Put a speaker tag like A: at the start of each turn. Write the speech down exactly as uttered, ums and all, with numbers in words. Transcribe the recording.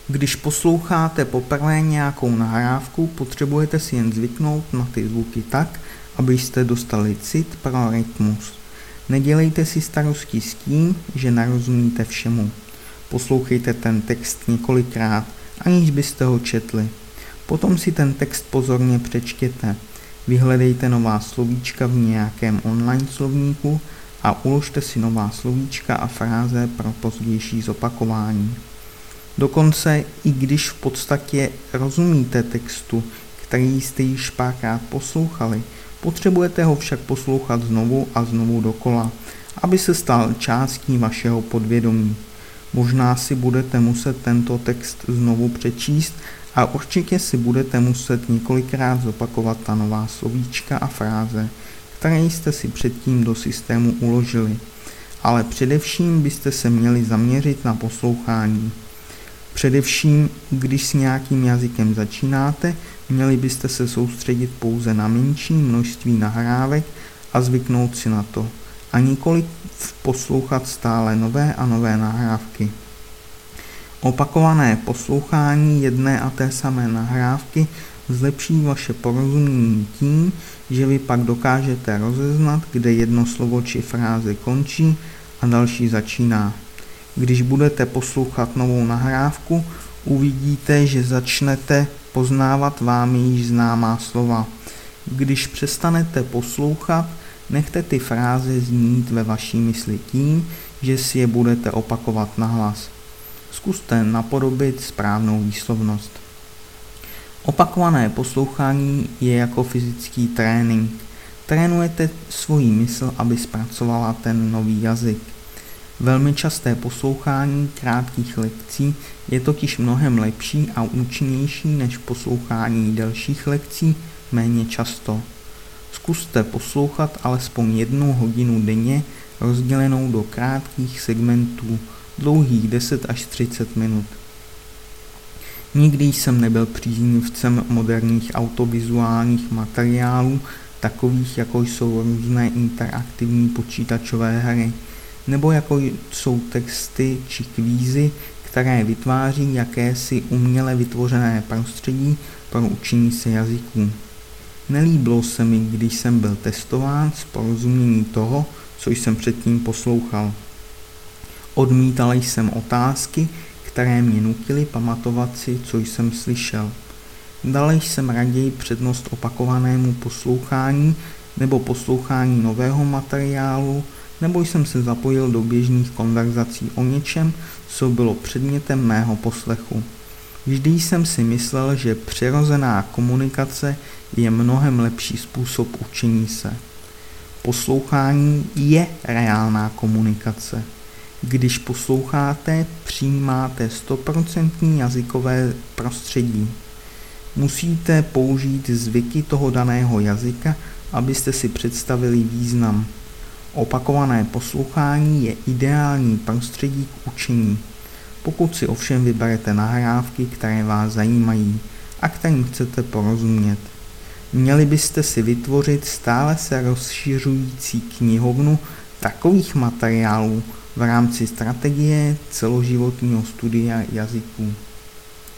A: Když posloucháte poprvé nějakou nahrávku, potřebujete si jen zvyknout na ty zvuky tak, abyste dostali cit pro rytmus. Nedělejte si starosti s tím, že nerozumíte všemu. Poslouchejte ten text několikrát, aniž byste ho četli. Potom si ten text pozorně přečtěte. Vyhledejte nová slovíčka v nějakém online slovníku a uložte si nová slovíčka a fráze pro pozdější zopakování. Dokonce i když v podstatě rozumíte textu, který jste již párkrát poslouchali, potřebujete ho však poslouchat znovu a znovu dokola, aby se stal částí vašeho podvědomí. Možná si budete muset tento text znovu přečíst a určitě si budete muset několikrát zopakovat ta nová slovíčka a fráze, které jste si předtím do systému uložili. Ale především byste se měli zaměřit na poslouchání. Především, když s nějakým jazykem začínáte, měli byste se soustředit pouze na menší množství nahrávek a zvyknout si na to, a nikoliv poslouchat stále nové a nové nahrávky. Opakované poslouchání jedné a té samé nahrávky zlepší vaše porozumění tím, že vy pak dokážete rozeznat, kde jedno slovo či fráze končí a další začíná. Když budete poslouchat novou nahrávku, uvidíte, že začnete poznávat vámi již známá slova. Když přestanete poslouchat, nechte ty fráze znít ve vaší mysli tím, že si je budete opakovat nahlas. Zkuste napodobit správnou výslovnost. Opakované poslouchání je jako fyzický trénink. Trénujete svoji mysl, aby zpracovala ten nový jazyk. Velmi časté poslouchání krátkých lekcí je totiž mnohem lepší a účinnější než poslouchání delších lekcí méně často. Zkuste poslouchat alespoň jednu hodinu denně rozdělenou do krátkých segmentů, dlouhých deset až třicet minut. Nikdy jsem nebyl příznivcem moderních autovizuálních materiálů, takových jako jsou různé interaktivní počítačové hry, nebo jako jsou texty či kvízy, které vytváří jakési uměle vytvořené prostředí pro učení se jazyků. Nelíbilo se mi, když jsem byl testován z porozumění toho, co jsem předtím poslouchal. Odmítal jsem otázky, které mě nutily pamatovat si, co jsem slyšel. Dal jsem raději přednost opakovanému poslouchání nebo poslouchání nového materiálu, nebo jsem se zapojil do běžných konverzací o něčem, co bylo předmětem mého poslechu. Vždy jsem si myslel, že přirozená komunikace je mnohem lepší způsob učení se. Poslouchání je reálná komunikace. Když posloucháte, přijímáte stoprocentní jazykové prostředí. Musíte použít zvyky toho daného jazyka, abyste si představili význam. Opakované poslouchání je ideální prostředí k učení. Pokud si ovšem vyberete nahrávky, které vás zajímají a kterým chcete porozumět. Měli byste si vytvořit stále se rozšiřující knihovnu takových materiálů v rámci strategie celoživotního studia jazyků.